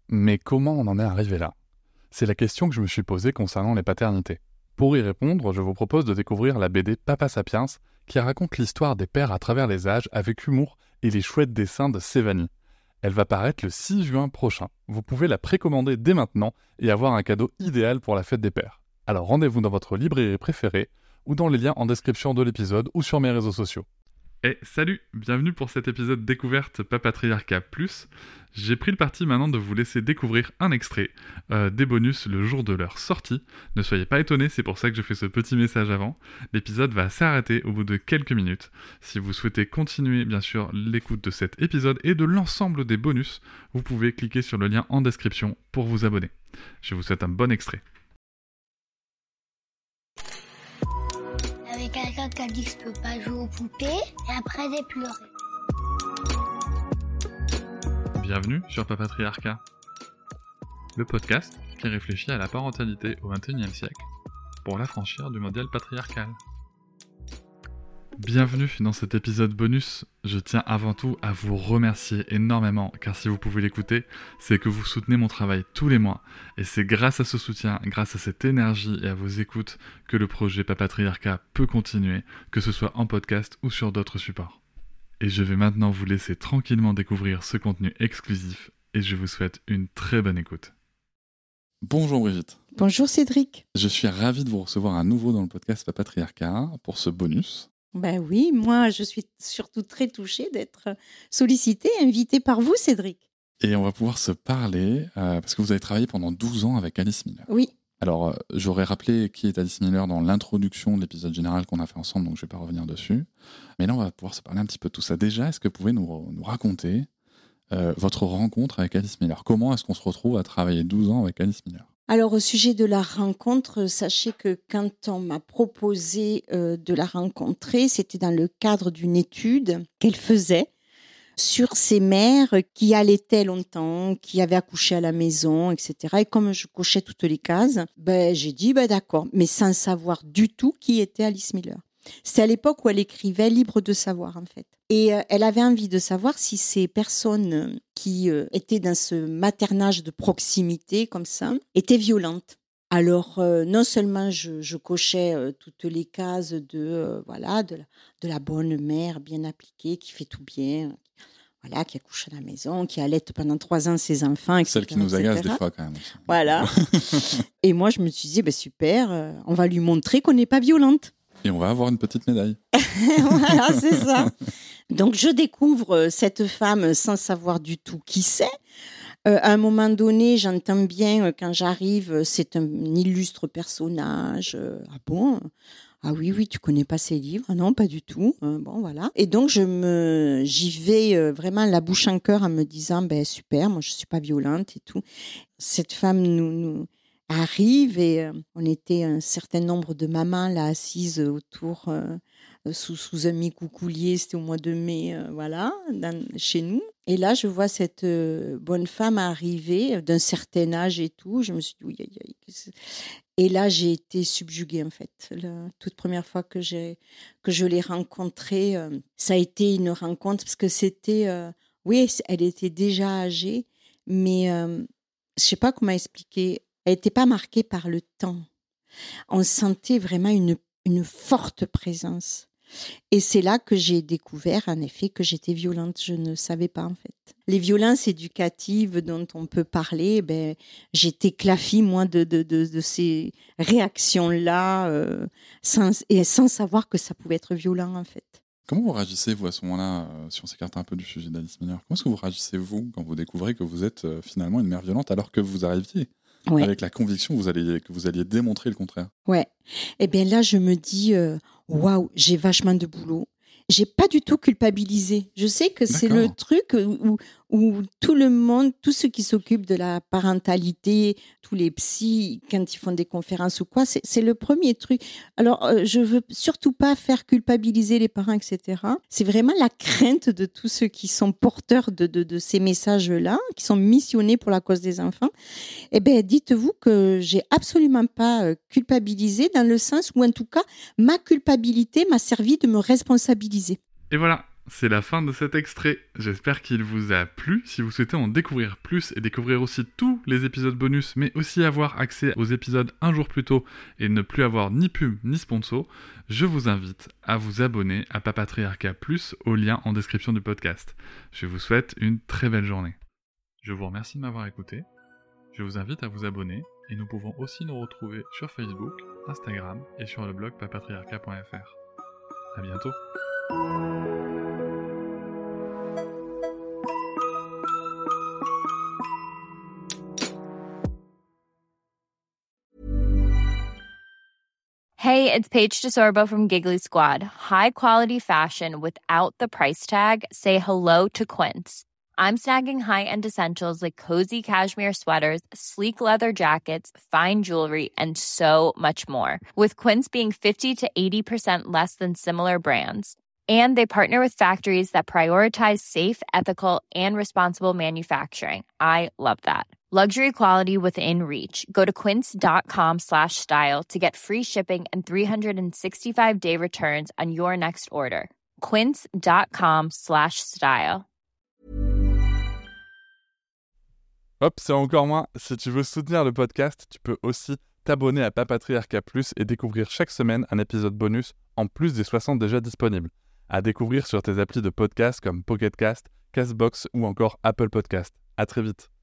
Mais comment on en est arrivé là? C'est la question que je me suis posée concernant les paternités. Pour y répondre, je vous propose de découvrir la BD Papa Sapiens, qui raconte l'histoire des pères à travers les âges avec humour et les chouettes dessins de Sévanie. Elle va paraître le 6 juin prochain. Vous pouvez la précommander dès maintenant et avoir un cadeau idéal pour la fête des pères. Alors rendez-vous dans votre librairie préférée ou dans les liens en description de l'épisode ou sur mes réseaux sociaux. Et salut, bienvenue pour cet épisode découverte Papatriarcat Plus. J'ai pris le parti maintenant de vous laisser découvrir un extrait des bonus le jour de leur sortie. Ne soyez pas étonnés, c'est pour ça que je fais ce petit message avant. L'épisode va s'arrêter au bout de quelques minutes. Si vous souhaitez continuer bien sûr l'écoute de cet épisode et de l'ensemble des bonus, vous pouvez cliquer sur le lien en description pour vous abonner. Je vous souhaite un bon extrait. Avec quelqu'un qui a dit que je peux pas jouer aux poupées, et après j'ai pleuré. Bienvenue sur Papatriarcat, le podcast qui réfléchit à la parentalité au XXIe siècle pour l'affranchir du modèle patriarcal. Bienvenue dans cet épisode bonus. Je tiens avant tout à vous remercier énormément, car si vous pouvez l'écouter, c'est que vous soutenez mon travail tous les mois. Et c'est grâce à ce soutien, grâce à cette énergie et à vos écoutes, que le projet Papatriarcat peut continuer, que ce soit en podcast ou sur d'autres supports. Et je vais maintenant vous laisser tranquillement découvrir ce contenu exclusif, et je vous souhaite une très bonne écoute. Bonjour Brigitte. Bonjour Cédric. Je suis ravi de vous recevoir à nouveau dans le podcast Papatriarcat pour ce bonus. Ben oui, moi je suis surtout très touchée d'être sollicitée, invitée par vous Cédric. Et on va pouvoir se parler, parce que vous avez travaillé pendant 12 ans avec Alice Miller. Oui. Alors, j'aurais rappelé qui est Alice Miller dans l'introduction de l'épisode général qu'on a fait ensemble, donc je ne vais pas revenir dessus. Mais là, on va pouvoir se parler un petit peu de tout ça. Déjà, est-ce que vous pouvez nous raconter votre rencontre avec Alice Miller? Comment est-ce qu'on se retrouve à travailler 12 ans avec Alice Miller? Alors, au sujet de la rencontre, sachez que quand on m'a proposé de la rencontrer, c'était dans le cadre d'une étude qu'elle faisait sur ces mères qui allaitaient longtemps, qui avaient accouché à la maison, etc. Et comme je cochais toutes les cases, j'ai dit d'accord, mais sans savoir du tout qui était Alice Miller. C'est à l'époque où elle écrivait Libre de savoir, en fait. Et elle avait envie de savoir si ces personnes qui étaient dans ce maternage de proximité, comme ça, étaient violentes. Alors, non seulement je cochais toutes les cases de la bonne mère bien appliquée, qui fait tout bien, qui accouche à la maison, qui allaite pendant 3 ans ses enfants, etc. Celle qui nous agace des fois, quand même. Voilà. Et moi, je me suis dit, super, on va lui montrer qu'on n'est pas violente. Et on va avoir une petite médaille. Voilà, c'est ça. Donc, je découvre cette femme sans savoir du tout qui c'est. À un moment donné, j'entends bien, quand j'arrive, c'est un illustre personnage. Ah bon ? Ah oui, tu connais pas ses livres? Non, pas du tout. Bon, voilà. Et donc, j'y vais vraiment la bouche en cœur en me disant, super, moi, je suis pas violente et tout. Cette femme nous arrive et on était un certain nombre de mamans là assises autour sous un mi-coucoulier, c'était au mois de mai, chez nous. Et là, je vois cette bonne femme arriver d'un certain âge et tout. Je me suis dit, oui, et là, j'ai été subjuguée, en fait. La toute première fois que je l'ai rencontrée, ça a été une rencontre parce que c'était... elle était déjà âgée, mais je sais pas comment expliquer. Elle n'était pas marquée par le temps. On sentait vraiment une forte présence. Et c'est là que j'ai découvert, en effet, que j'étais violente. Je ne savais pas, en fait. Les violences éducatives dont on peut parler, j'étais clafie, moi, de ces réactions-là, sans savoir que ça pouvait être violent, en fait. Comment vous réagissez, vous, à ce moment-là, si on s'écarte un peu du sujet d'Alice Miller? Comment est-ce que vous réagissez, vous, quand vous découvrez que vous êtes finalement une mère violente, alors que vous arriviez avec la conviction que vous alliez démontrer le contraire? Ouais. Et bien là, je me dis, waouh, j'ai vachement de boulot. J'ai pas du tout culpabilisé. Je sais que c'est le truc où tout le monde, tous ceux qui s'occupent de la parentalité, tous les psys, quand ils font des conférences ou quoi, c'est le premier truc. Alors, je veux surtout pas faire culpabiliser les parents, etc. C'est vraiment la crainte de tous ceux qui sont porteurs de ces messages-là, qui sont missionnés pour la cause des enfants. Eh bien, dites-vous que j'ai absolument pas culpabilisé, dans le sens où, en tout cas, ma culpabilité m'a servi de me responsabiliser. Et voilà, c'est la fin de cet extrait. J'espère qu'il vous a plu. Si vous souhaitez en découvrir plus et découvrir aussi tous les épisodes bonus, mais aussi avoir accès aux épisodes un jour plus tôt et ne plus avoir ni pub ni sponsor, je vous invite à vous abonner à Papatriarcat Plus au lien en description du podcast. Je vous souhaite une très belle journée. Je vous remercie de m'avoir écouté. Je vous invite à vous abonner et nous pouvons aussi nous retrouver sur Facebook, Instagram et sur le blog papatriarcat.fr. À bientôt. Hey, it's Paige DeSorbo from Giggly Squad. High quality fashion without the price tag. Say hello to Quince. I'm snagging high-end essentials like cozy cashmere sweaters, sleek leather jackets, fine jewelry, and so much more. With Quince being 50 to 80% less than similar brands. And they partner with factories that prioritize safe, ethical, and responsible manufacturing. I love that. Luxury quality within reach. Go to quince.com/style to get free shipping and 365-day returns on your next order. Quince.com/style. Hop, c'est encore moins. Si tu veux soutenir le podcast, tu peux aussi t'abonner à Papatriarcat Plus et découvrir chaque semaine un épisode bonus en plus des 60 déjà disponibles. À découvrir sur tes applis de podcast comme Pocket Cast, Castbox ou encore Apple Podcast. À très vite.